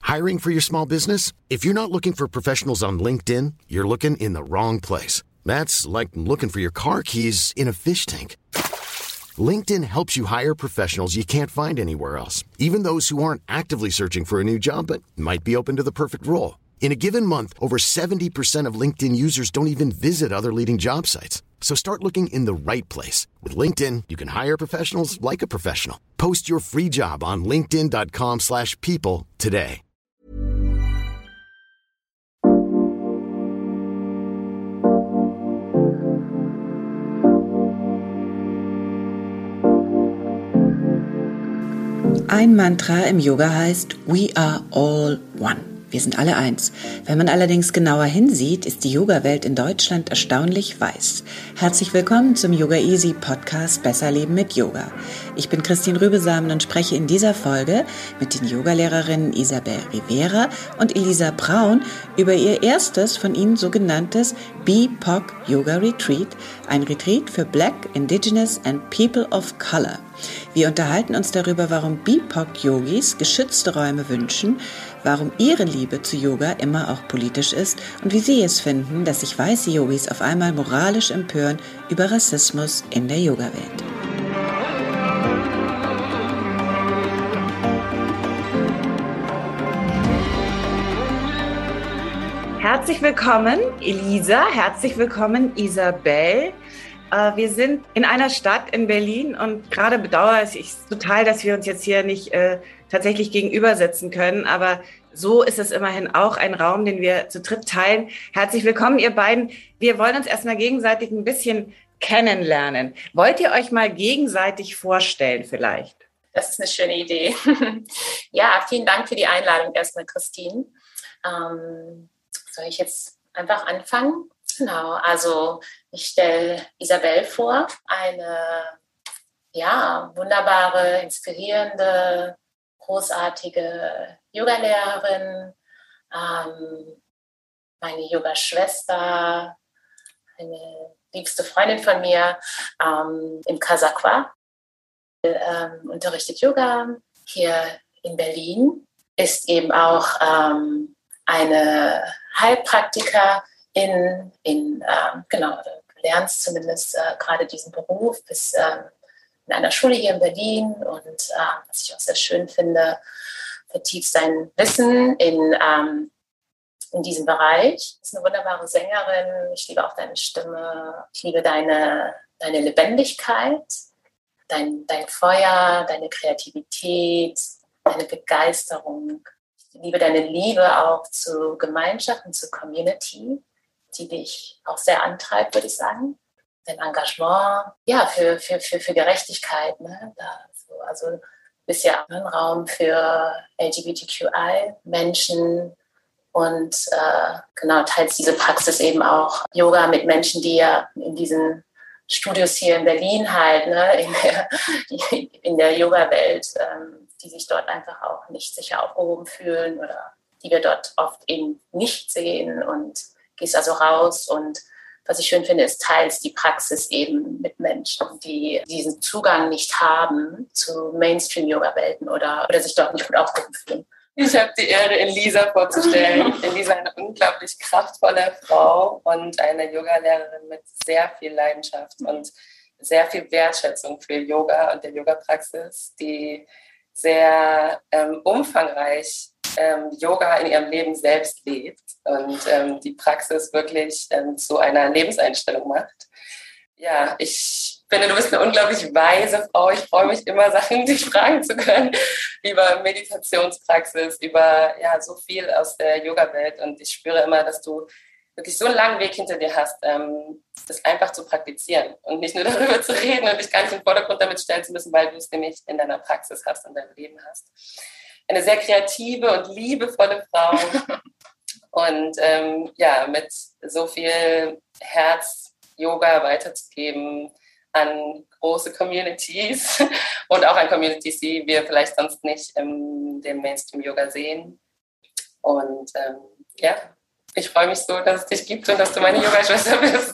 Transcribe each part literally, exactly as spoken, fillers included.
Hiring for your small business? If you're not looking for professionals on LinkedIn, you're looking in the wrong place. That's like looking for your car keys in a fish tank. LinkedIn helps you hire professionals you can't find anywhere else, even those who aren't actively searching for a new job but might be open to the perfect role. In a given month, over seventy percent of LinkedIn users don't even visit other leading job sites. So start looking in the right place. With LinkedIn, you can hire professionals like a professional. Post your free job on linkedin dot com slash people today. Ein Mantra im Yoga heißt We are all one. Wir sind alle eins. Wenn man allerdings genauer hinsieht, ist die Yoga-Welt in Deutschland erstaunlich weiß. Herzlich willkommen zum Yoga Easy Podcast Besser Leben mit Yoga. Ich bin Christine Rübesamen und spreche in dieser Folge mit den Yogalehrerinnen Isabel Rivera und Elisa Braun über ihr erstes von ihnen sogenanntes B I P O C Yoga Retreat, ein Retreat für Black, Indigenous and People of Color. Wir unterhalten uns darüber, warum B I P O C-Yogis geschützte Räume wünschen, warum ihre Liebe zu Yoga immer auch politisch ist und wie sie es finden, dass sich weiße Yogis auf einmal moralisch empören über Rassismus in der Yoga-Welt. Herzlich willkommen, Elisa, herzlich willkommen, Isabel. Wir sind in einer Stadt in Berlin und gerade bedauere ich total, dass wir uns jetzt hier nicht äh, tatsächlich gegenüber sitzen können. Aber so ist es immerhin auch ein Raum, den wir zu dritt teilen. Herzlich willkommen, ihr beiden. Wir wollen uns erstmal gegenseitig ein bisschen kennenlernen. Wollt ihr euch mal gegenseitig vorstellen vielleicht? Das ist eine schöne Idee. Ja, vielen Dank für die Einladung erstmal, Christine. Ähm, soll ich jetzt einfach anfangen? Genau, also ich stelle Isabel vor, eine ja, wunderbare, inspirierende, großartige Yogalehrerin, ähm, meine Yogaschwester, eine liebste Freundin von mir ähm, im Kasakwa, ähm, unterrichtet Yoga hier in Berlin, ist eben auch ähm, eine Heilpraktiker, In, in ähm, genau, du lernst zumindest äh, gerade diesen Beruf, bist ähm, in einer Schule hier in Berlin und äh, was ich auch sehr schön finde, vertiefst dein Wissen in, ähm, in diesem Bereich. Du bist eine wunderbare Sängerin, ich liebe auch deine Stimme, ich liebe deine, deine Lebendigkeit, dein, dein Feuer, deine Kreativität, deine Begeisterung. Ich liebe deine Liebe auch zu Gemeinschaft und zu Community, die dich auch sehr antreibt, würde ich sagen. Dein Engagement, ja, für, für, für, für Gerechtigkeit. Ne? Da, so, also du bist ja ein Raum für L G B T Q I-Menschen und äh, genau, teilst diese Praxis eben auch Yoga mit Menschen, die ja in diesen Studios hier in Berlin halt, ne, in der, in der Yoga-Welt, ähm, die sich dort einfach auch nicht sicher aufgehoben fühlen oder die wir dort oft eben nicht sehen und gehst also raus und was ich schön finde, ist, teilst die Praxis eben mit Menschen, die diesen Zugang nicht haben zu Mainstream-Yoga-Welten oder, oder sich dort nicht gut aufgehoben fühlen. Ich habe die Ehre, Elisa vorzustellen. Elisa ist eine unglaublich kraftvolle Frau und eine Yogalehrerin mit sehr viel Leidenschaft und sehr viel Wertschätzung für Yoga und der Yoga-Praxis, die sehr ähm, umfangreich ähm, Yoga in ihrem Leben selbst lebt und ähm, die Praxis wirklich ähm, zu einer Lebenseinstellung macht. Ja, ich finde, du bist eine unglaublich weise Frau. Ich freue mich immer, Sachen dich fragen zu können über Meditationspraxis, über ja, so viel aus der Yoga-Welt und ich spüre immer, dass du wirklich so einen langen Weg hinter dir hast, ähm, das einfach zu praktizieren und nicht nur darüber zu reden und dich gar nicht im Vordergrund damit stellen zu müssen, weil du es nämlich in deiner Praxis hast und deinem Leben hast. Eine sehr kreative und liebevolle Frau und ähm, ja, mit so viel Herz Yoga weiterzugeben an große Communities und auch an Communities, die wir vielleicht sonst nicht im dem Mainstream-Yoga sehen. Und ähm, ja, ich freue mich so, dass es dich gibt und dass du meine Yoga-Schwester bist.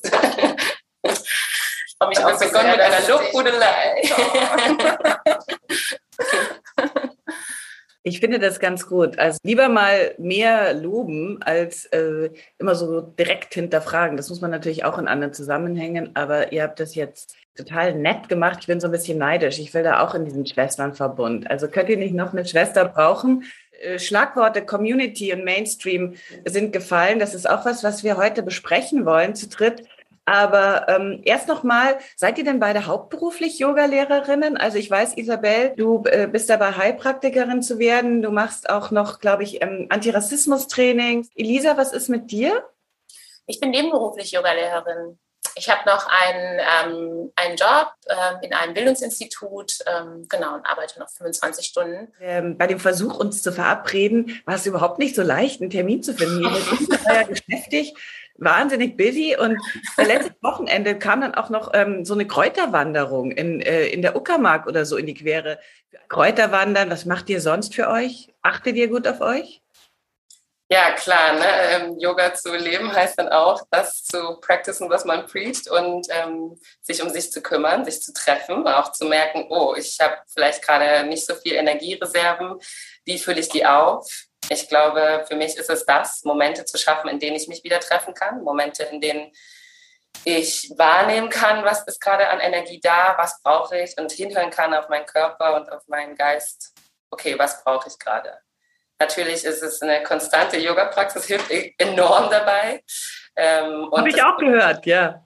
Ich habe mich auch begonnen mit einer Lobhudelei. Ich finde das ganz gut. Also lieber mal mehr loben, als äh, immer so direkt hinterfragen. Das muss man natürlich auch in anderen Zusammenhängen, aber ihr habt das jetzt total nett gemacht. Ich bin so ein bisschen neidisch. Ich will da auch in diesen Schwesternverbund. Also könnt ihr nicht noch eine Schwester brauchen? Äh, Schlagworte Community und Mainstream sind gefallen. Das ist auch was, was wir heute besprechen wollen zu dritt. Aber ähm, erst noch mal, seid ihr denn beide hauptberuflich Yogalehrerinnen? Also ich weiß, Isabel, du äh, bist dabei, Heilpraktikerin zu werden. Du machst auch noch, glaube ich, ähm, Antirassismus-Trainings. Elisa, was ist mit dir? Ich bin nebenberuflich Yogalehrerin. Ich habe noch einen, ähm, einen Job ähm, in einem Bildungsinstitut, ähm, genau, und arbeite noch fünfundzwanzig Stunden. Ähm, bei dem Versuch, uns zu verabreden, war es überhaupt nicht so leicht, einen Termin zu finden. Ich war ja geschäftig, wahnsinnig busy, und letztes Wochenende kam dann auch noch ähm, so eine Kräuterwanderung in, äh, in der Uckermark oder so in die Quere. Kräuterwandern, was macht ihr sonst für euch? Achtet ihr gut auf euch? Ja, klar, ne? ähm, Yoga zu leben heißt dann auch, das zu practicen, was man preacht, und ähm, sich um sich zu kümmern, sich zu treffen, auch zu merken, oh, ich habe vielleicht gerade nicht so viel Energiereserven, wie fülle ich die auf? Ich glaube, für mich ist es das, Momente zu schaffen, in denen ich mich wieder treffen kann, Momente, in denen ich wahrnehmen kann, was ist gerade an Energie da, was brauche ich, und hinhören kann auf meinen Körper und auf meinen Geist, okay, was brauche ich gerade? Natürlich ist es eine konstante Yoga-Praxis, hilft enorm dabei. Ähm, Habe ich auch gehört, ja.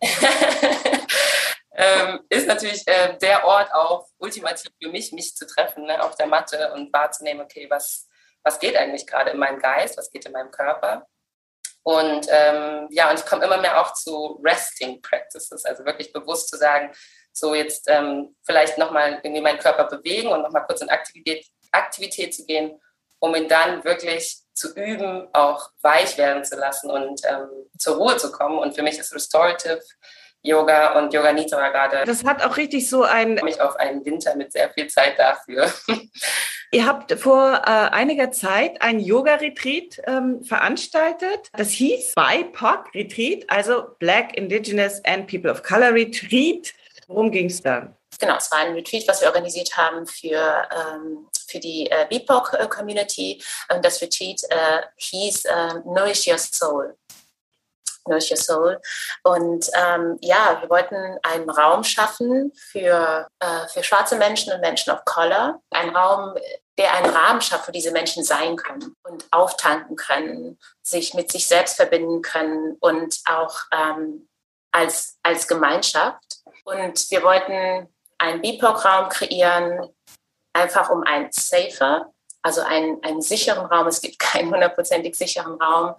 ähm, ist natürlich äh, der Ort auch ultimativ für mich, mich zu treffen, ne, auf der Matte, und wahrzunehmen, okay, was, was geht eigentlich gerade in meinem Geist, was geht in meinem Körper. Und ähm, ja, und ich komme immer mehr auch zu Resting Practices, also wirklich bewusst zu sagen, so jetzt ähm, vielleicht nochmal irgendwie meinen Körper bewegen und nochmal kurz in Aktivität, Aktivität zu gehen, um ihn dann wirklich zu üben, auch weich werden zu lassen und ähm, zur Ruhe zu kommen. Und für mich ist Restorative Yoga und Yoga Nidra gerade. Das hat auch richtig so ein... mich auf einen Winter mit sehr viel Zeit dafür. Ihr habt vor äh, einiger Zeit ein Yoga-Retreat ähm, veranstaltet. Das hieß B I P O C-Retreat, also Black, Indigenous and People of Color Retreat. Worum ging es da? Genau, es war ein Retreat, was wir organisiert haben für, ähm, für die äh, B I P O C-Community. Und das Retreat äh, hieß äh, Nourish Your Soul. Nourish Your Soul. Und ähm, ja, wir wollten einen Raum schaffen für, äh, für schwarze Menschen und Menschen of Color. Ein Raum, der einen Rahmen schafft, wo diese Menschen sein können und auftanken können, sich mit sich selbst verbinden können und auch ähm, als, als Gemeinschaft. Und wir wollten einen B I P O C-Raum kreieren, einfach um einen safer, also einen, einen sicheren Raum, es gibt keinen hundertprozentig sicheren Raum,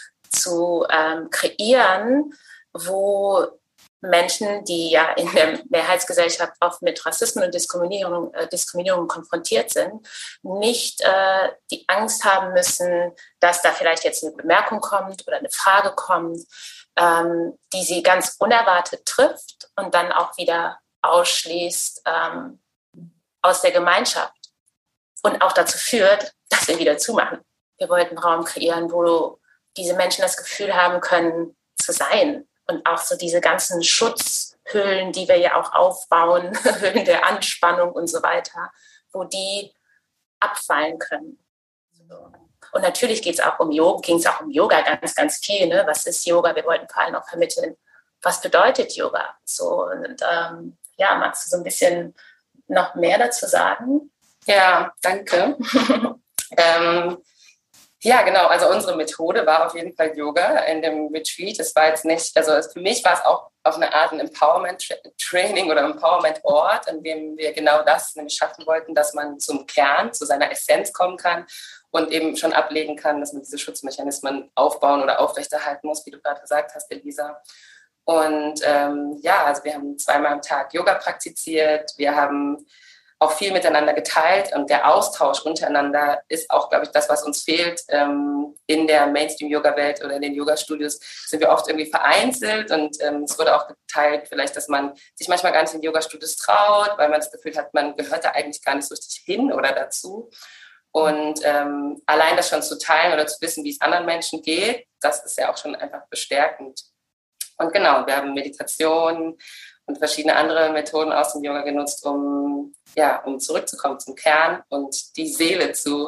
zu ähm, kreieren, wo Menschen, die ja in der Mehrheitsgesellschaft oft mit Rassismus und Diskriminierung, äh, Diskriminierung konfrontiert sind, nicht äh, die Angst haben müssen, dass da vielleicht jetzt eine Bemerkung kommt oder eine Frage kommt, ähm, die sie ganz unerwartet trifft und dann auch wieder ausschließt ähm, aus der Gemeinschaft und auch dazu führt, dass wir wieder zumachen. Wir wollten einen Raum kreieren, wo diese Menschen das Gefühl haben können, zu sein. Und auch so diese ganzen Schutzhüllen, die wir ja auch aufbauen, Hüllen der Anspannung und so weiter, wo die abfallen können. Und natürlich geht es auch um Yoga, ging es auch um Yoga ganz, ganz viel. Ne? Was ist Yoga? Wir wollten vor allem auch vermitteln, was bedeutet Yoga? So, und ähm, ja, magst du so ein bisschen noch mehr dazu sagen? Ja, danke. ähm, Ja, genau. Also unsere Methode war auf jeden Fall Yoga in dem Retreat. Es war jetzt nicht, also für mich war es auch auf eine Art ein Empowerment-Training oder Empowerment-Ort, in dem wir genau das nämlich schaffen wollten, dass man zum Kern, zu seiner Essenz kommen kann und eben schon ablegen kann, dass man diese Schutzmechanismen aufbauen oder aufrechterhalten muss, wie du gerade gesagt hast, Elisa. Und ähm, ja, also wir haben zweimal am Tag Yoga praktiziert. Wir haben auch viel miteinander geteilt, und der Austausch untereinander ist auch, glaube ich, das, was uns fehlt. Ähm, in der Mainstream-Yoga-Welt oder in den Yoga-Studios sind wir oft irgendwie vereinzelt, und ähm, es wurde auch geteilt vielleicht, dass man sich manchmal gar nicht in Yoga-Studios traut, weil man das Gefühl hat, man gehört da eigentlich gar nicht so richtig hin oder dazu. Und ähm, allein das schon zu teilen oder zu wissen, wie es anderen Menschen geht, das ist ja auch schon einfach bestärkend. Und genau, wir haben Meditation und verschiedene andere Methoden aus dem Yoga genutzt, um, ja, um zurückzukommen zum Kern und die Seele zu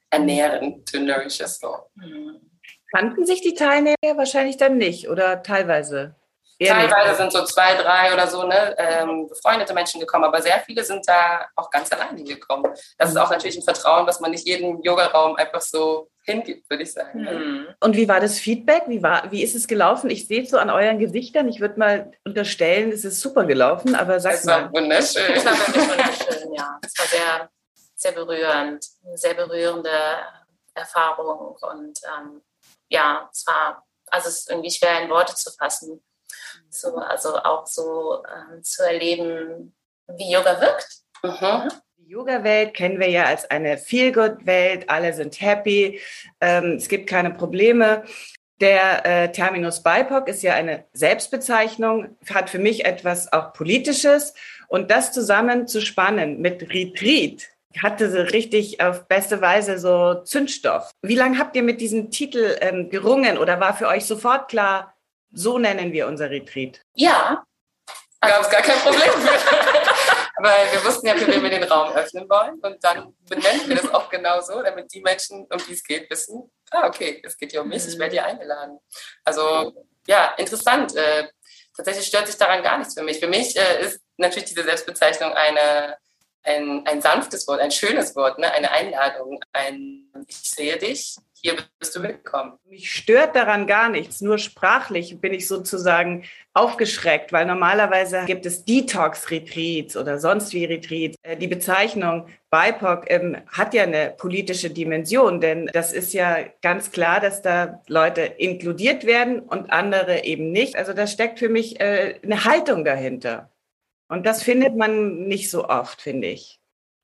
ernähren, to nourish us so. Kannten sich die Teilnehmer wahrscheinlich dann nicht oder teilweise? Teilweise sind so zwei, drei oder so ne, ähm, befreundete Menschen gekommen, aber sehr viele sind da auch ganz alleine gekommen. Das ist auch natürlich ein Vertrauen, was man nicht jedem Yogaraum einfach so hingibt, würde ich sagen. Mhm. Und wie war das Feedback? Wie, war, wie ist es gelaufen? Ich sehe es so an euren Gesichtern. Ich würde mal unterstellen, es ist super gelaufen, aber sag es mal. Es war wunderschön. Es war wirklich wunderschön, ja. Es war sehr, sehr berührend, eine sehr berührende Erfahrung und ähm, ja, es war, also es ist irgendwie schwer in Worte zu fassen. So, also auch so ähm, zu erleben, wie Yoga wirkt. Mhm. Die Yoga-Welt kennen wir ja als eine Feel-Good-Welt. Alle sind happy. Ähm, es gibt keine Probleme. Der äh, Terminus B I P O C ist ja eine Selbstbezeichnung, hat für mich etwas auch Politisches. Und das zusammen zu spannen mit Retreat hatte so richtig auf beste Weise so Zündstoff. Wie lange habt ihr mit diesem Titel ähm, gerungen oder war für euch sofort klar, so nennen wir unser Retreat? Ja. Gab es gar kein Problem für. Weil wir wussten ja, für wen wir den Raum öffnen wollen. Und dann benennen wir das auch genau so, damit die Menschen, um die es geht, wissen, ah, okay, es geht hier um mich, ich werde hier eingeladen. Also, ja, interessant. Äh, tatsächlich stört sich daran gar nichts für mich. Für mich äh, ist natürlich diese Selbstbezeichnung eine, ein, ein sanftes Wort, ein schönes Wort, ne? Eine Einladung, ein ich sehe dich, hier bist du willkommen. Mich stört daran gar nichts, nur sprachlich bin ich sozusagen aufgeschreckt, weil normalerweise gibt es Detox-Retreats oder sonst wie Retreats. Die Bezeichnung B I P O C ähm, hat ja eine politische Dimension, denn das ist ja ganz klar, dass da Leute inkludiert werden und andere eben nicht. Also da steckt für mich äh, eine Haltung dahinter. Und das findet man nicht so oft, finde ich.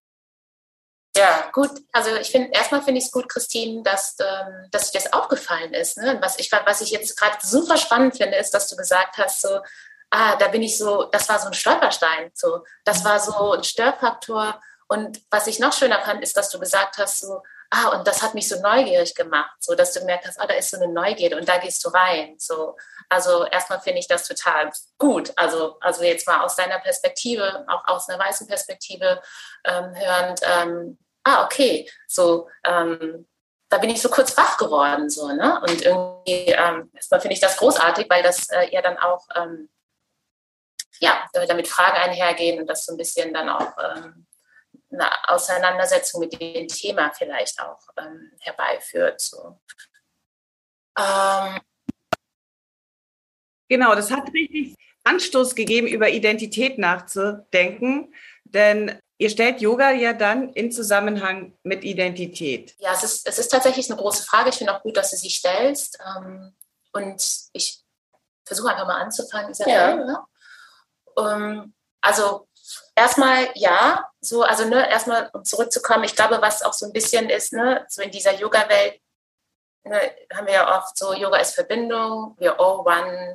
Ja, gut. Also ich finde, erstmal finde ich es gut, Christine, dass, ähm, dass dir das aufgefallen ist. Ne? Was ich, was ich jetzt gerade super spannend finde, ist, dass du gesagt hast, so, ah, da bin ich so, das war so ein Stolperstein. So, das war so ein Störfaktor. Und was ich noch schöner fand, ist, dass du gesagt hast, so, ah, und das hat mich so neugierig gemacht, so dass du gemerkt hast, ah, da ist so eine Neugierde und da gehst du rein. So, also erstmal finde ich das total gut. Also, also jetzt mal aus deiner Perspektive, auch aus einer weißen Perspektive ähm, hörend, ähm, ah, okay, so, ähm, da bin ich so kurz wach geworden, so, ne? Und irgendwie, ähm, erstmal finde ich das großartig, weil das äh, ja dann auch, ähm, ja, damit Fragen einhergehen und das so ein bisschen dann auch ähm, eine Auseinandersetzung mit dem Thema vielleicht auch ähm, herbeiführt, so. Ähm, Genau, das hat richtig Anstoß gegeben, über Identität nachzudenken, denn ihr stellt Yoga ja dann in Zusammenhang mit Identität. Ja, es ist, es ist tatsächlich eine große Frage. Ich finde auch gut, dass du sie stellst. Ähm, und ich versuche einfach mal anzufangen, Isabel. Ja. Um, also erstmal ja, so, also ne, erstmal um zurückzukommen, ich glaube, was auch so ein bisschen ist, ne, so in dieser Yoga-Welt, ne, haben wir ja oft so, Yoga ist Verbindung, we're all one,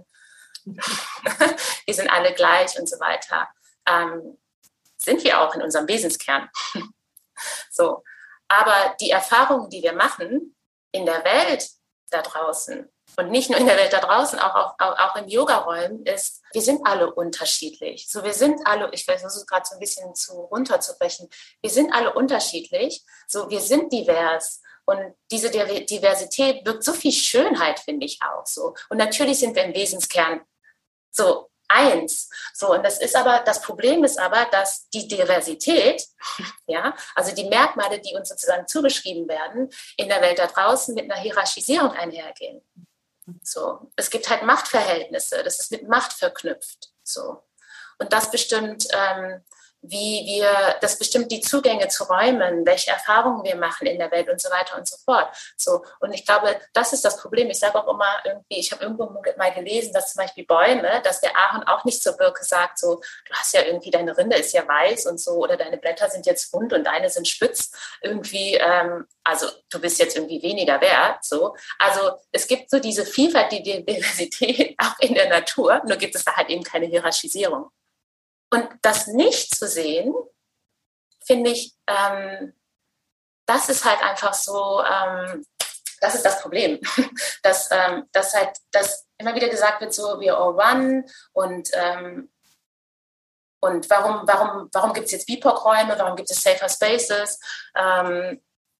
wir sind alle gleich und so weiter. Ähm, sind wir auch in unserem Wesenskern. So. Aber die Erfahrungen, die wir machen in der Welt da draußen und nicht nur in der Welt da draußen, auch, auch, auch in Yoga-Räumen, ist, wir sind alle unterschiedlich. So, wir sind alle, ich versuche es gerade so ein bisschen zu runterzubrechen, wir sind alle unterschiedlich, so, wir sind divers. Und diese Diversität birgt so viel Schönheit, finde ich auch so. Und natürlich sind wir im Wesenskern so eins. So, und das ist aber, das Problem ist aber, dass die Diversität, ja, also die Merkmale, die uns sozusagen zugeschrieben werden, in der Welt da draußen mit einer Hierarchisierung einhergehen. So, es gibt halt Machtverhältnisse, das ist mit Macht verknüpft. So. Und das bestimmt, ähm, wie wir, das bestimmt die Zugänge zu Räumen, welche Erfahrungen wir machen in der Welt und so weiter und so fort. So, und ich glaube, das ist das Problem. Ich sage auch immer irgendwie, ich habe irgendwo mal gelesen, dass zum Beispiel Bäume, dass der Ahorn auch nicht zur Birke sagt, so, du hast ja irgendwie, deine Rinde ist ja weiß und so, oder deine Blätter sind jetzt bunt und deine sind spitz. Irgendwie, ähm, also du bist jetzt irgendwie weniger wert. So. Also es gibt so diese Vielfalt, die Diversität auch in der Natur, nur gibt es da halt eben keine Hierarchisierung. Und das nicht zu sehen, finde ich, ähm, das ist halt einfach so, ähm, das ist das Problem, dass, ähm, dass halt, dass immer wieder gesagt wird, so, we're all one und, ähm, und warum, warum, warum gibt es jetzt B I P O C-Räume, warum gibt es Safer Spaces? Ähm,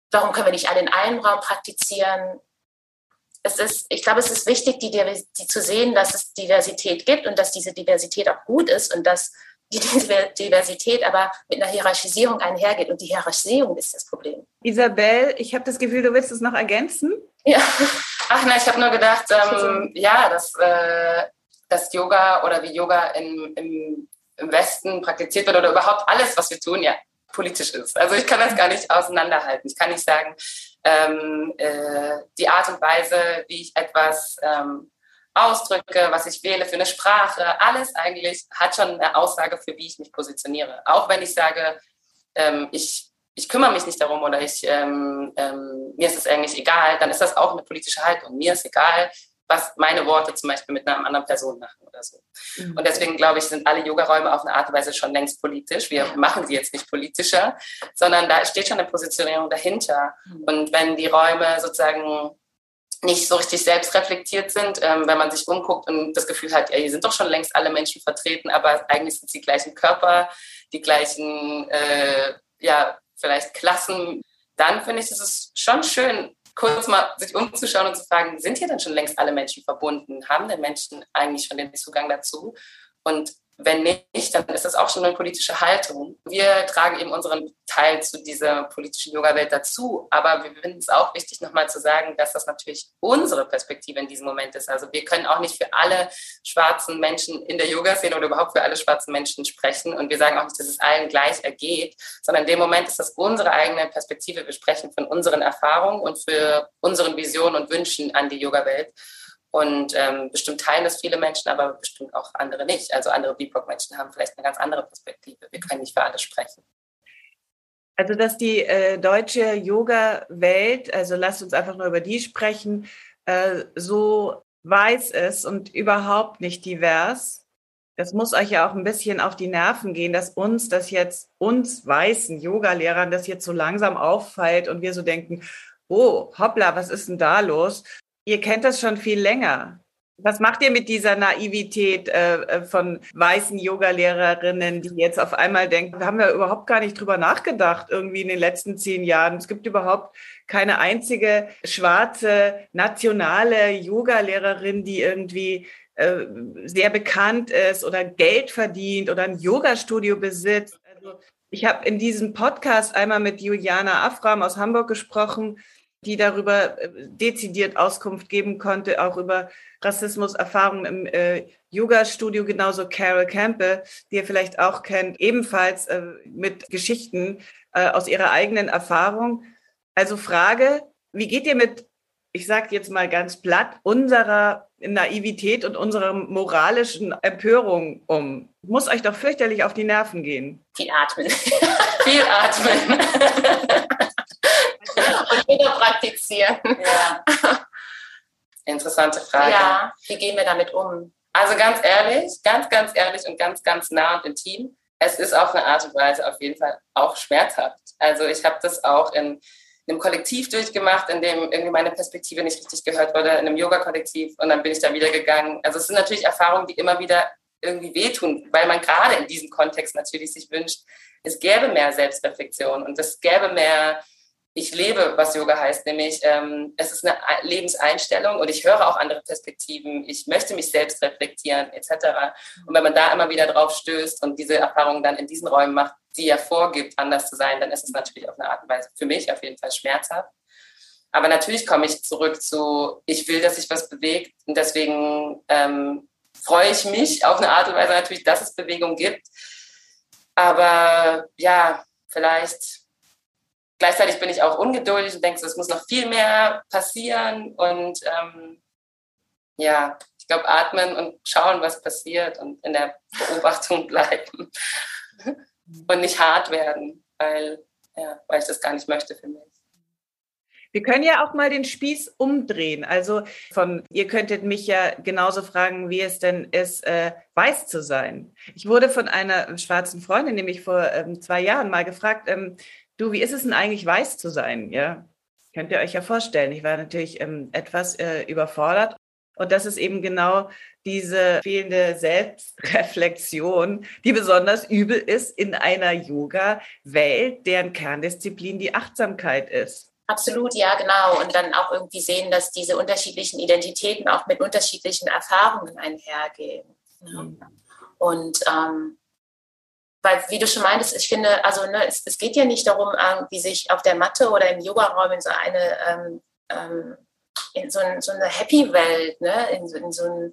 warum können wir nicht alle in einem Raum praktizieren? Es ist, ich glaube, es ist wichtig, die, die zu sehen, dass es Diversität gibt und dass diese Diversität auch gut ist und dass die Diversität aber mit einer Hierarchisierung einhergeht. Und die Hierarchisierung ist das Problem. Isabel, ich habe das Gefühl, du willst es noch ergänzen? Ja, ach nein, ich habe nur gedacht, ähm, ja, dass, äh, dass Yoga oder wie Yoga im, im, im Westen praktiziert wird oder überhaupt alles, was wir tun, ja, politisch ist. Also ich kann das gar nicht auseinanderhalten. Ich kann nicht sagen, ähm, äh, die Art und Weise, wie ich etwas ähm, ausdrücke, was ich wähle für eine Sprache, alles eigentlich hat schon eine Aussage für, wie ich mich positioniere. Auch wenn ich sage, ähm, ich, ich kümmere mich nicht darum oder ich, ähm, ähm, mir ist es eigentlich egal, dann ist das auch eine politische Haltung. Mir ist egal, was meine Worte zum Beispiel mit einer anderen Person machen oder so. Mhm. Und deswegen, glaube ich, sind alle Yogaräume auf eine Art und Weise schon längst politisch. Wir machen sie jetzt nicht politischer, sondern da steht schon eine Positionierung dahinter. Mhm. Und wenn die Räume sozusagen nicht so richtig selbst reflektiert sind, ähm, wenn man sich umguckt und das Gefühl hat, ja, hier sind doch schon längst alle Menschen vertreten, aber eigentlich sind es die gleichen Körper, die gleichen, äh, ja, vielleicht Klassen, dann finde ich, ist es schon schön, kurz mal sich umzuschauen und zu fragen, sind hier denn schon längst alle Menschen verbunden? Haben denn Menschen eigentlich schon den Zugang dazu? Und wenn nicht, dann ist das auch schon eine politische Haltung. Wir tragen eben unseren Teil zu dieser politischen Yoga-Welt dazu, aber wir finden es auch wichtig, nochmal zu sagen, dass das natürlich unsere Perspektive in diesem Moment ist. Also wir können auch nicht für alle schwarzen Menschen in der Yoga-Szene oder überhaupt für alle schwarzen Menschen sprechen und wir sagen auch nicht, dass es allen gleich ergeht, sondern in dem Moment ist das unsere eigene Perspektive. Wir sprechen von unseren Erfahrungen und für unseren Visionen und Wünschen an die Yoga-Welt. Und ähm, bestimmt teilen das viele Menschen, aber bestimmt auch andere nicht. Also andere B I P O C-Menschen haben vielleicht eine ganz andere Perspektive. Wir können nicht für alle sprechen. Also dass die äh, deutsche Yoga-Welt, also lasst uns einfach nur über die sprechen, äh, so weiß ist und überhaupt nicht divers. Das muss euch ja auch ein bisschen auf die Nerven gehen, dass uns das jetzt, uns weißen Yoga-Lehrern das jetzt so langsam auffällt und wir so denken, oh, hoppla, was ist denn da los? Ihr kennt das schon viel länger. Was macht ihr mit dieser Naivität äh, von weißen Yoga-Lehrerinnen, die jetzt auf einmal denken, wir haben ja überhaupt gar nicht drüber nachgedacht, irgendwie in den letzten zehn Jahren. Es gibt überhaupt keine einzige schwarze, nationale Yoga-Lehrerin, die irgendwie äh, sehr bekannt ist oder Geld verdient oder ein Yoga-Studio besitzt. Also ich habe in diesem Podcast einmal mit Juliana Afram aus Hamburg gesprochen, die darüber dezidiert Auskunft geben konnte, auch über Rassismuserfahrungen im äh, Yoga-Studio, genauso Carol Campbell, die ihr vielleicht auch kennt, ebenfalls äh, mit Geschichten äh, aus ihrer eigenen Erfahrung. Also Frage, wie geht ihr mit, ich sage jetzt mal ganz platt, unserer Naivität und unserer moralischen Empörung um? Muss euch doch fürchterlich auf die Nerven gehen. Viel atmen. Viel atmen. Und wieder praktizieren. Ja. Interessante Frage. Ja, wie gehen wir damit um? Also ganz ehrlich, ganz, ganz ehrlich und ganz, ganz nah und intim. Es ist auf eine Art und Weise auf jeden Fall auch schmerzhaft. Also ich habe das auch in einem Kollektiv durchgemacht, in dem irgendwie meine Perspektive nicht richtig gehört wurde, in einem Yoga-Kollektiv und dann bin ich da wieder gegangen. Also es sind natürlich Erfahrungen, die immer wieder irgendwie wehtun, weil man gerade in diesem Kontext natürlich sich wünscht, es gäbe mehr Selbstreflexion und es gäbe mehr, ich lebe, was Yoga heißt, nämlich ähm, es ist eine Lebenseinstellung und ich höre auch andere Perspektiven, ich möchte mich selbst reflektieren et cetera. Und wenn man da immer wieder drauf stößt und diese Erfahrungen dann in diesen Räumen macht, die ja vorgibt, anders zu sein, dann ist es natürlich auf eine Art und Weise für mich auf jeden Fall schmerzhaft. Aber natürlich komme ich zurück zu, ich will, dass sich was bewegt und deswegen ähm, freue ich mich auf eine Art und Weise natürlich, dass es Bewegung gibt. Aber ja, vielleicht gleichzeitig bin ich auch ungeduldig und denke, es muss noch viel mehr passieren und ähm, ja, ich glaube, atmen und schauen, was passiert und in der Beobachtung bleiben und nicht hart werden, weil, ja, weil ich das gar nicht möchte für mich. Wir können ja auch mal den Spieß umdrehen. Also von, ihr könntet mich ja genauso fragen, wie es denn ist, äh, weiß zu sein. Ich wurde von einer schwarzen Freundin, nämlich vor ähm, zwei Jahren mal gefragt, ähm, du, wie ist es denn eigentlich, weiß zu sein? Ja, könnt ihr euch ja vorstellen. Ich war natürlich ähm, etwas äh, überfordert. Und das ist eben genau diese fehlende Selbstreflexion, die besonders übel ist in einer Yoga-Welt, deren Kerndisziplin die Achtsamkeit ist. Absolut, ja, genau. Und dann auch irgendwie sehen, dass diese unterschiedlichen Identitäten auch mit unterschiedlichen Erfahrungen einhergehen. Mhm. Und ähm, weil, wie du schon meintest, ich finde, also ne, es, es geht ja nicht darum, irgendwie sich auf der Matte oder im Yogaraum in so eine ähm, ähm, in so, ein, so eine Happy-Welt, ne, in, in so ein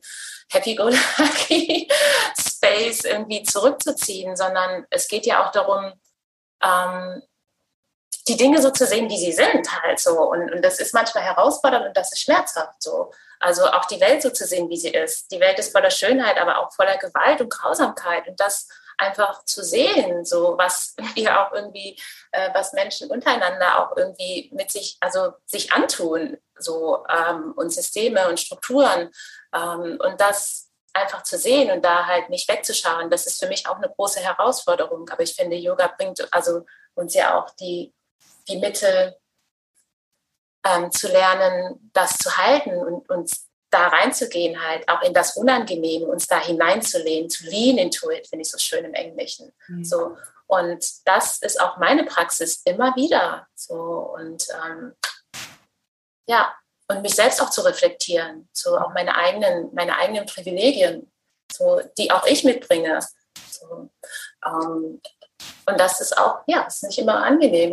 Happy-Go-Lucky-Space irgendwie zurückzuziehen, sondern es geht ja auch darum, ähm, die Dinge so zu sehen, wie sie sind halt so. Und, und das ist manchmal herausfordernd und das ist schmerzhaft so. Also auch die Welt so zu sehen, wie sie ist. Die Welt ist voller Schönheit, aber auch voller Gewalt und Grausamkeit. Und das einfach zu sehen, so was wir auch irgendwie, äh, was Menschen untereinander auch irgendwie mit sich, also sich antun, so ähm, und Systeme und Strukturen. Ähm, und das einfach zu sehen und da halt nicht wegzuschauen, das ist für mich auch eine große Herausforderung. Aber ich finde, Yoga bringt also uns ja auch die die Mittel ähm, zu lernen, das zu halten und uns da reinzugehen, halt auch in das Unangenehme, uns da hineinzulehnen, to lean into it, finde ich so schön im Englischen. Mhm. So, und das ist auch meine Praxis immer wieder. So, und ähm, ja, und mich selbst auch zu reflektieren, so auch meine eigenen, meine eigenen Privilegien, so, die auch ich mitbringe. So, ähm, Und das ist auch, ja, es ist nicht immer angenehm.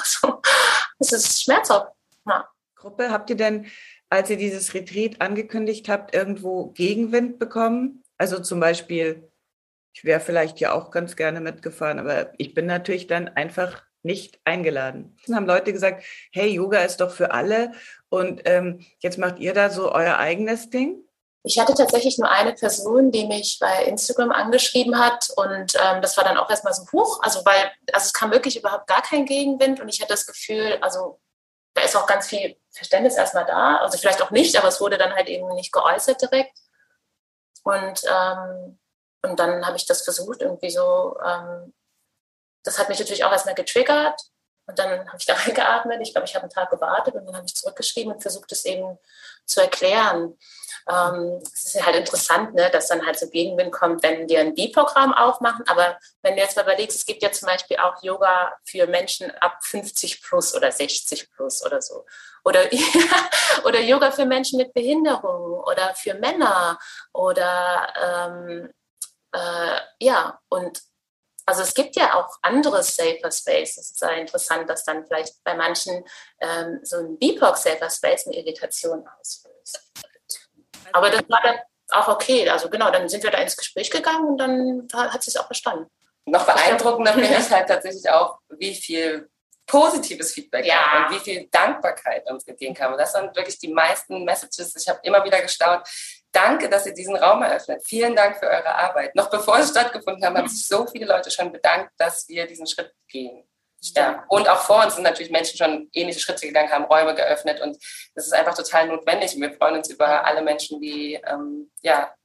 Es ist schmerzhaft. Ja. Gruppe, habt ihr denn, als ihr dieses Retreat angekündigt habt, irgendwo Gegenwind bekommen? Also zum Beispiel, ich wäre vielleicht ja auch ganz gerne mitgefahren, aber ich bin natürlich dann einfach nicht eingeladen. Dann haben Leute gesagt, hey, Yoga ist doch für alle und ähm, jetzt macht ihr da so euer eigenes Ding? Ich hatte tatsächlich nur eine Person, die mich bei Instagram angeschrieben hat und ähm, das war dann auch erstmal so hoch, also weil also es kam wirklich überhaupt gar kein Gegenwind und ich hatte das Gefühl, also da ist auch ganz viel Verständnis erstmal da, also vielleicht auch nicht, aber es wurde dann halt eben nicht geäußert direkt und, ähm, und dann habe ich das versucht irgendwie so, ähm, das hat mich natürlich auch erstmal getriggert und dann habe ich da reingeatmet, ich glaube, ich habe einen Tag gewartet und dann habe ich zurückgeschrieben und versucht es eben zu erklären. Ähm, es ist halt interessant, ne, dass dann halt so Gegenwind kommt, wenn wir ein B-Programm aufmachen. Aber wenn du jetzt mal überlegst, es gibt ja zum Beispiel auch Yoga für Menschen ab fünfzig plus oder sechzig plus oder so. Oder, oder Yoga für Menschen mit Behinderung oder für Männer oder ähm, äh, ja, und also es gibt ja auch andere Safer Space. Es ist sehr interessant, dass dann vielleicht bei manchen ähm, so ein B I P O C Safer Space eine Irritation auslöst. Aber das war dann auch okay. Also genau, dann sind wir da ins Gespräch gegangen und dann hat es sich auch verstanden. Noch beeindruckender finde ich halt tatsächlich auch, wie viel positives Feedback ja. und wie viel Dankbarkeit uns entgegenkam. Und das waren wirklich die meisten Messages. Ich habe immer wieder gestaunt. Danke, dass ihr diesen Raum eröffnet. Vielen Dank für eure Arbeit. Noch bevor es stattgefunden hat, haben sich so viele Leute schon bedankt, dass wir diesen Schritt gehen. Ja. Und auch vor uns sind natürlich Menschen schon ähnliche Schritte gegangen, haben Räume geöffnet und das ist einfach total notwendig. Und wir freuen uns über alle Menschen, die ähm, ja,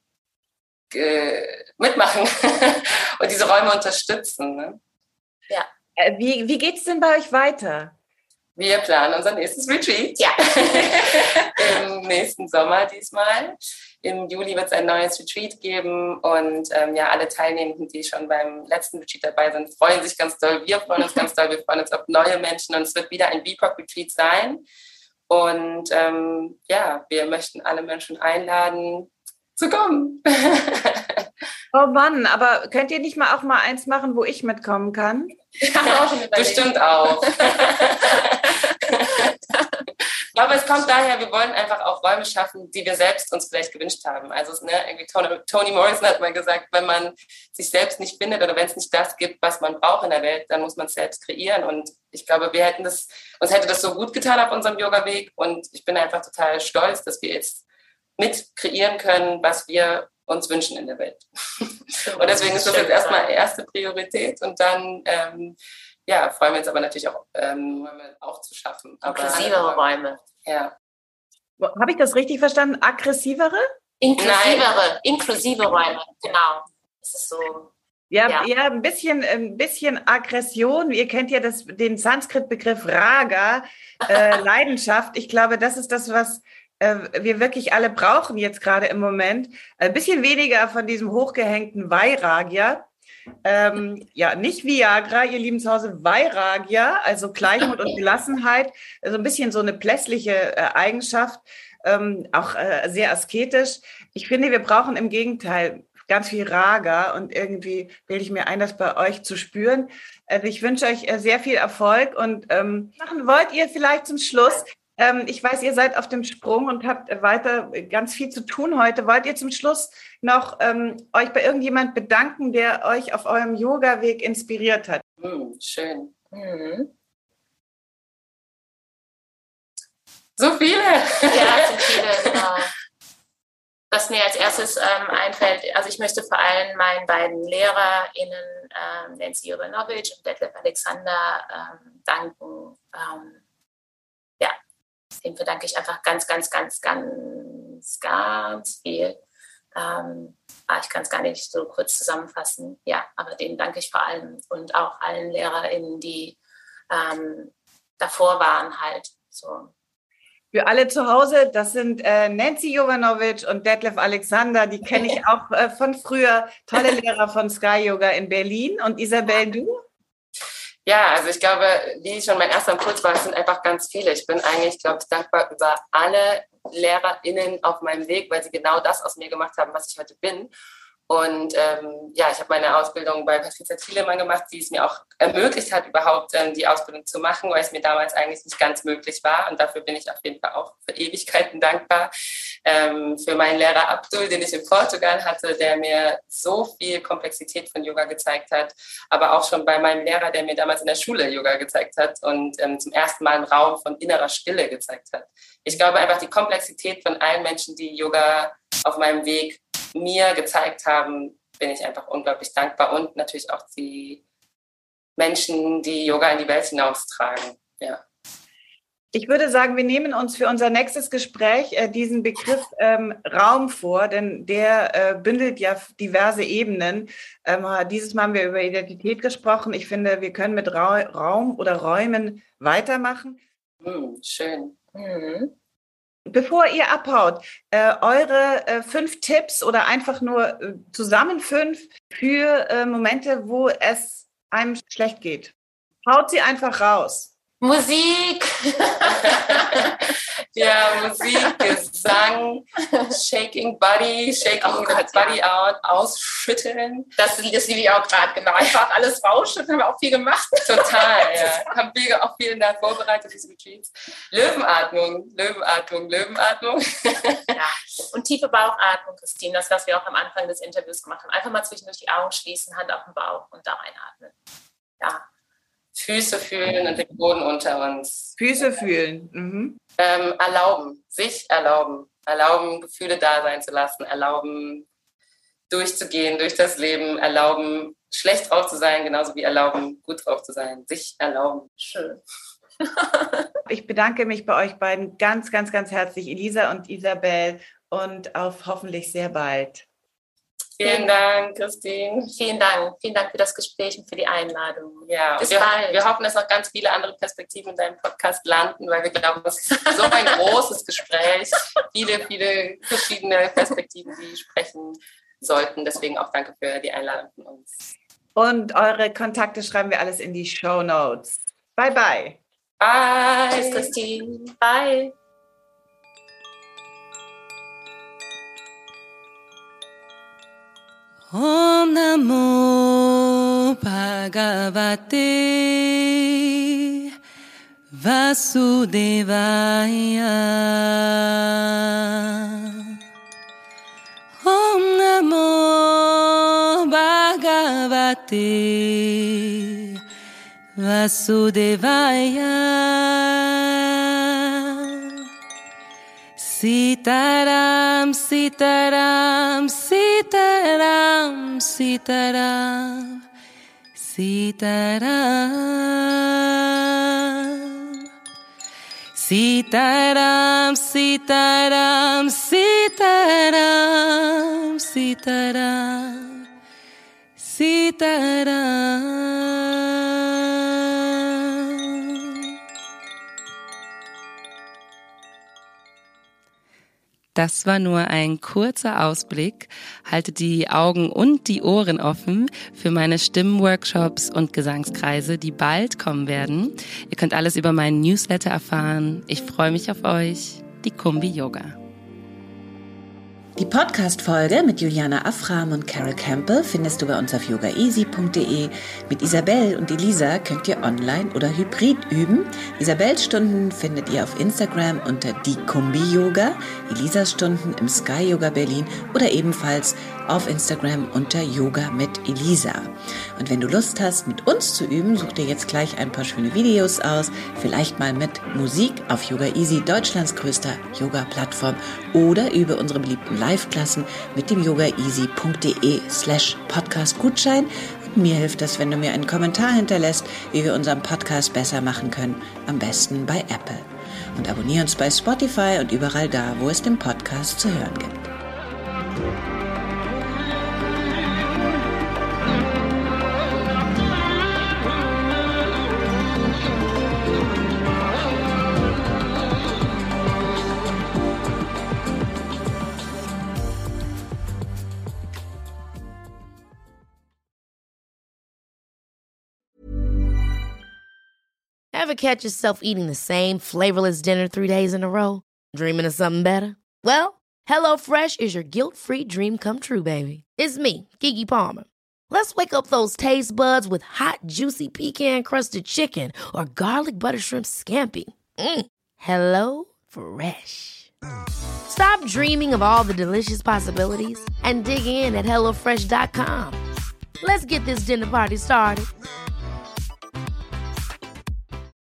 ge- mitmachen und diese Räume unterstützen. Ne? Ja. Wie, wie geht es denn bei euch weiter? Wir planen unser nächstes Retreat. Ja. Im nächsten Sommer diesmal. Im Juli wird es ein neues Retreat geben und ähm, ja, alle Teilnehmenden, die schon beim letzten Retreat dabei sind, freuen sich ganz doll. Wir freuen uns ganz doll. Wir freuen uns auf neue Menschen und es wird wieder ein B I P O C-Retreat sein. Und ähm, ja, wir möchten alle Menschen einladen, zu kommen. Oh Mann, aber könnt ihr nicht mal auch mal eins machen, wo ich mitkommen kann? Ja, bestimmt auch. Aber es kommt daher, wir wollen einfach auch Räume schaffen, die wir selbst uns vielleicht gewünscht haben. Also ne, irgendwie Toni, Toni Morrison hat mal gesagt, wenn man sich selbst nicht findet oder wenn es nicht das gibt, was man braucht in der Welt, dann muss man es selbst kreieren. Und ich glaube, wir hätten das, uns hätte das so gut getan auf unserem Yoga-Weg. Und ich bin einfach total stolz, dass wir jetzt mit kreieren können, was wir uns wünschen in der Welt. Und deswegen ist das jetzt erstmal erste Priorität und dann ähm, ja, freuen wir uns aber natürlich auch, ähm, Räume auch zu schaffen. Inklusivere Räume. Ja. Habe ich das richtig verstanden? Aggressivere? Inklusivere, inklusive Räume, genau. Das ist so. Ja, ja. ja ein, bisschen, ein bisschen Aggression. Ihr kennt ja das, den Sanskrit-Begriff Raga, äh, Leidenschaft. Ich glaube, das ist das, was äh, wir wirklich alle brauchen jetzt gerade im Moment. Ein bisschen weniger von diesem hochgehängten Vairagya. Ähm, ja, nicht Viagra, ihr lieben zu Hause, Vairagya, also Gleichmut und Gelassenheit. So ein bisschen so eine plässliche äh, Eigenschaft, ähm, auch äh, sehr asketisch. Ich finde, wir brauchen im Gegenteil ganz viel Raga und irgendwie bilde ich mir ein, das bei euch zu spüren. Also ich wünsche euch äh, sehr viel Erfolg und ähm, machen wollt ihr vielleicht zum Schluss. Ähm, ich weiß, ihr seid auf dem Sprung und habt weiter ganz viel zu tun heute. Wollt ihr zum Schluss noch ähm, euch bei irgendjemand bedanken, der euch auf eurem Yoga-Weg inspiriert hat? Hm, schön. Mhm. So viele. Ja, so viele, genau. Was mir als erstes ähm, einfällt, also ich möchte vor allem meinen beiden LehrerInnen, ähm, Nancy Jovanovic und Detlef Alexander, ähm, danken. Ähm, ja, denen verdanke ich einfach ganz, ganz, ganz, ganz, ganz viel. Ähm, ah, ich kann es gar nicht so kurz zusammenfassen. Ja, aber denen danke ich vor allem und auch allen LehrerInnen, die ähm, davor waren halt so. Für alle zu Hause, das sind äh, Nancy Jovanovic und Detlef Alexander, die kenne ich auch äh, von früher, tolle Lehrer von Sky Yoga in Berlin. Und Isabel, du? Ja, also ich glaube, wie schon mein erster Impuls war, es sind einfach ganz viele. Ich bin eigentlich, glaube ich, dankbar über alle LehrerInnen auf meinem Weg, weil sie genau das aus mir gemacht haben, was ich heute bin. Und ähm, ja, ich habe meine Ausbildung bei Patricia Thielemann gemacht, die es mir auch ermöglicht hat, überhaupt ähm, die Ausbildung zu machen, weil es mir damals eigentlich nicht ganz möglich war. Und dafür bin ich auf jeden Fall auch für Ewigkeiten dankbar. Ähm, für meinen Lehrer Abdul, den ich in Portugal hatte, der mir so viel Komplexität von Yoga gezeigt hat. Aber auch schon bei meinem Lehrer, der mir damals in der Schule Yoga gezeigt hat und ähm, zum ersten Mal einen Raum von innerer Stille gezeigt hat. Ich glaube einfach, die Komplexität von allen Menschen, die Yoga auf meinem Weg mir gezeigt haben, bin ich einfach unglaublich dankbar und natürlich auch die Menschen, die Yoga in die Welt hinaustragen. Ja. Ich würde sagen, wir nehmen uns für unser nächstes Gespräch äh, diesen Begriff ähm, Raum vor, denn der äh, bündelt ja diverse Ebenen. Ähm, dieses Mal haben wir über Identität gesprochen. Ich finde, wir können mit Ra- Raum oder Räumen weitermachen. Hm, schön. Mhm. Bevor ihr abhaut, äh, eure äh, fünf Tipps oder einfach nur äh, zusammen fünf für äh, Momente, wo es einem schlecht geht. Haut sie einfach raus. Musik! Ja, Musik, Gesang, shaking body, shaking oh Gott, body ja. out, ausschütteln. Das, das liebe ich auch gerade, genau. Einfach alles rausschütteln, haben wir auch viel gemacht. Total, ja. Haben wir auch viel in der Vorbereitung des Retreats. Löwenatmung, Löwenatmung, Löwenatmung. Ja. Und tiefe Bauchatmung, Christine, das, was wir auch am Anfang des Interviews gemacht haben. Einfach mal zwischendurch die Augen schließen, Hand auf den Bauch und da reinatmen. Ja. Füße fühlen und den Boden unter uns. Füße fühlen. Mhm. Ähm, erlauben, sich erlauben. Erlauben, Gefühle da sein zu lassen. Erlauben, durchzugehen durch das Leben. Erlauben, schlecht drauf zu sein, genauso wie erlauben, gut drauf zu sein. Sich erlauben. Schön. Ich bedanke mich bei euch beiden ganz, ganz, ganz herzlich, Elisa und Isabel, und auf hoffentlich sehr bald. Vielen Dank, Christine. Vielen Dank. Vielen Dank für das Gespräch und für die Einladung. Ja, bis wir, bald. Wir hoffen, dass noch ganz viele andere Perspektiven in deinem Podcast landen, weil wir glauben, es ist so ein großes Gespräch. Viele, viele verschiedene Perspektiven, die sprechen sollten. Deswegen auch danke für die Einladung von uns. Und eure Kontakte schreiben wir alles in die Shownotes. Bye, bye. Bye. Tschüss, Christine. Bye. Om Namo Bhagavate Vasudevaya. Om Namo Bhagavate Vasudevaya. Sitaram, Sitaram, Sitaram, Sitaram, Sitaram. Sitaram, Sitaram, Sitaram, Sitaram, Sitaram. Das war nur ein kurzer Ausblick. Haltet die Augen und die Ohren offen für meine Stimmenworkshops und Gesangskreise, die bald kommen werden. Ihr könnt alles über meinen Newsletter erfahren. Ich freue mich auf euch. Die Kumbi Yoga. Die Podcast-Folge mit Juliana Afram und Carol Campbell findest du bei uns auf yogaeasy punkt de. Mit Isabel und Elisa könnt ihr online oder hybrid üben. Isabels Stunden findet ihr auf Instagram unter die Kumbi Yoga, Elisas Stunden im Sky Yoga Berlin oder ebenfalls auf Instagram unter Yoga mit Elisa. Und wenn du Lust hast, mit uns zu üben, such dir jetzt gleich ein paar schöne Videos aus, vielleicht mal mit Musik auf Yogaeasy, Deutschlands größter Yoga-Plattform, oder übe unsere beliebten Live-Klassen mit dem yogaeasy punkt de slash Podcast Gutschein. Und mir hilft es, wenn du mir einen Kommentar hinterlässt, wie wir unseren Podcast besser machen können, am besten bei Apple. Und abonniere uns bei Spotify und überall da, wo es den Podcast zu hören gibt. Ever catch yourself eating the same flavorless dinner three days in a row? Dreaming of something better? Well, HelloFresh is your guilt-free dream come true, baby. It's me, Keke Palmer. Let's wake up those taste buds with hot, juicy pecan-crusted chicken or garlic butter shrimp scampi. Mm. Hello Fresh. Stop dreaming of all the delicious possibilities and dig in at hello fresh dot com. Let's get this dinner party started.